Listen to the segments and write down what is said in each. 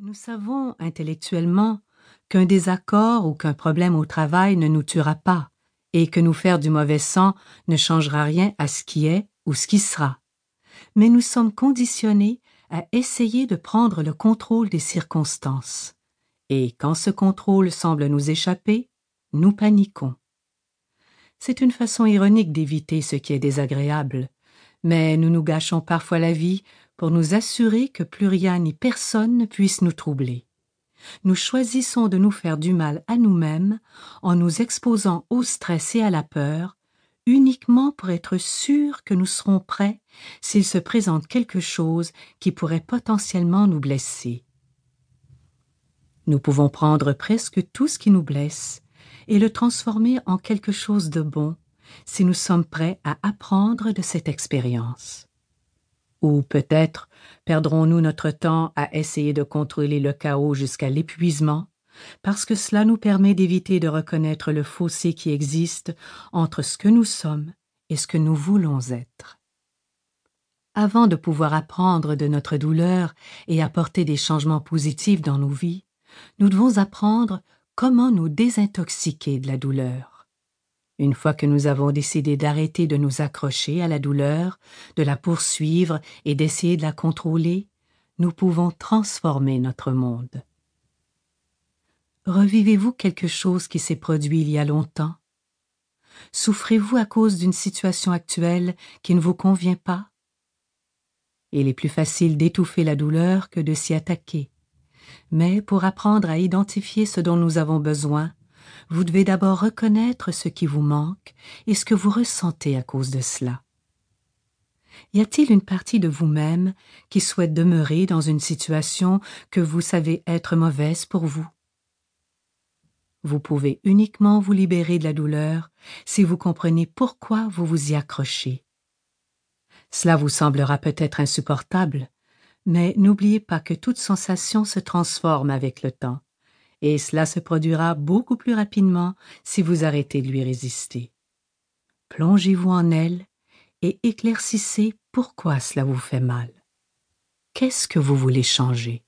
Nous savons intellectuellement qu'un désaccord ou qu'un problème au travail ne nous tuera pas et que nous faire du mauvais sang ne changera rien à ce qui est ou ce qui sera. Mais nous sommes conditionnés à essayer de prendre le contrôle des circonstances. Et quand ce contrôle semble nous échapper, nous paniquons. C'est une façon ironique d'éviter ce qui est désagréable, mais nous nous gâchons parfois la vie pour nous assurer que plus rien ni personne ne puisse nous troubler. Nous choisissons de nous faire du mal à nous-mêmes en nous exposant au stress et à la peur, uniquement pour être sûrs que nous serons prêts s'il se présente quelque chose qui pourrait potentiellement nous blesser. Nous pouvons prendre presque tout ce qui nous blesse et le transformer en quelque chose de bon si nous sommes prêts à apprendre de cette expérience. Ou peut-être perdrons-nous notre temps à essayer de contrôler le chaos jusqu'à l'épuisement, parce que cela nous permet d'éviter de reconnaître le fossé qui existe entre ce que nous sommes et ce que nous voulons être. Avant de pouvoir apprendre de notre douleur et apporter des changements positifs dans nos vies, nous devons apprendre comment nous désintoxiquer de la douleur. Une fois que nous avons décidé d'arrêter de nous accrocher à la douleur, de la poursuivre et d'essayer de la contrôler, nous pouvons transformer notre monde. Revivez-vous quelque chose qui s'est produit il y a longtemps? Souffrez-vous à cause d'une situation actuelle qui ne vous convient pas? Il est plus facile d'étouffer la douleur que de s'y attaquer. Mais pour apprendre à identifier ce dont nous avons besoin, vous devez d'abord reconnaître ce qui vous manque et ce que vous ressentez à cause de cela. Y a-t-il une partie de vous-même qui souhaite demeurer dans une situation que vous savez être mauvaise pour vous? Vous pouvez uniquement vous libérer de la douleur si vous comprenez pourquoi vous vous y accrochez. Cela vous semblera peut-être insupportable, mais n'oubliez pas que toute sensation se transforme avec le temps. Et cela se produira beaucoup plus rapidement si vous arrêtez de lui résister. Plongez-vous en elle et éclaircissez pourquoi cela vous fait mal. Qu'est-ce que vous voulez changer?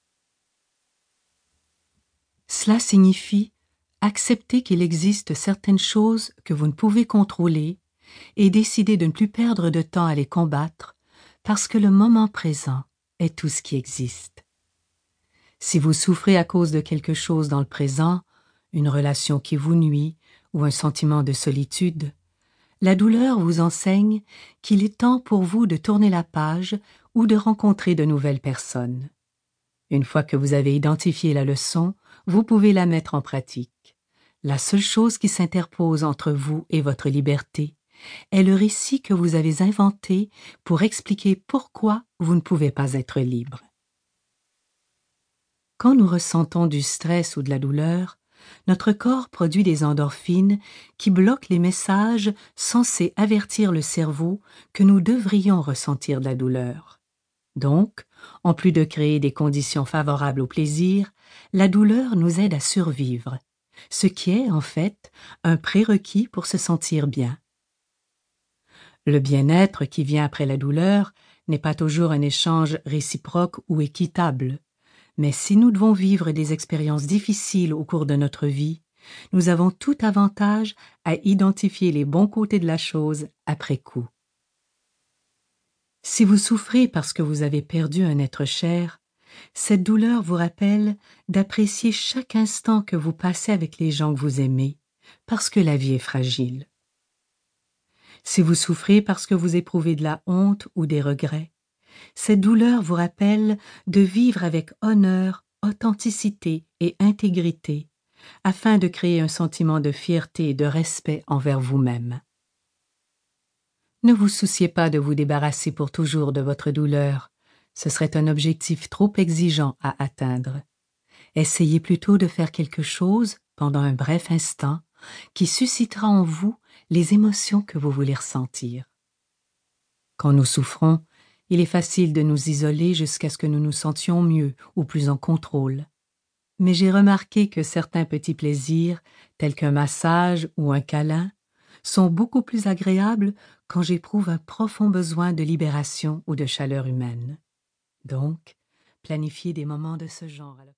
Cela signifie accepter qu'il existe certaines choses que vous ne pouvez contrôler et décider de ne plus perdre de temps à les combattre parce que le moment présent est tout ce qui existe. Si vous souffrez à cause de quelque chose dans le présent, une relation qui vous nuit ou un sentiment de solitude, la douleur vous enseigne qu'il est temps pour vous de tourner la page ou de rencontrer de nouvelles personnes. Une fois que vous avez identifié la leçon, vous pouvez la mettre en pratique. La seule chose qui s'interpose entre vous et votre liberté est le récit que vous avez inventé pour expliquer pourquoi vous ne pouvez pas être libre. Quand nous ressentons du stress ou de la douleur, notre corps produit des endorphines qui bloquent les messages censés avertir le cerveau que nous devrions ressentir de la douleur. Donc, en plus de créer des conditions favorables au plaisir, la douleur nous aide à survivre, ce qui est, en fait, un prérequis pour se sentir bien. Le bien-être qui vient après la douleur n'est pas toujours un échange réciproque ou équitable. Mais si nous devons vivre des expériences difficiles au cours de notre vie, nous avons tout avantage à identifier les bons côtés de la chose après coup. Si vous souffrez parce que vous avez perdu un être cher, cette douleur vous rappelle d'apprécier chaque instant que vous passez avec les gens que vous aimez, parce que la vie est fragile. Si vous souffrez parce que vous éprouvez de la honte ou des regrets, cette douleur vous rappelle de vivre avec honneur, authenticité et intégrité, afin de créer un sentiment de fierté et de respect envers vous-même. Ne vous souciez pas de vous débarrasser pour toujours de votre douleur, ce serait un objectif trop exigeant à atteindre. Essayez plutôt de faire quelque chose, pendant un bref instant, qui suscitera en vous les émotions que vous voulez ressentir. Quand nous souffrons, il est facile de nous isoler jusqu'à ce que nous nous sentions mieux ou plus en contrôle. Mais j'ai remarqué que certains petits plaisirs, tels qu'un massage ou un câlin, sont beaucoup plus agréables quand j'éprouve un profond besoin de libération ou de chaleur humaine. Donc, planifiez des moments de ce genre.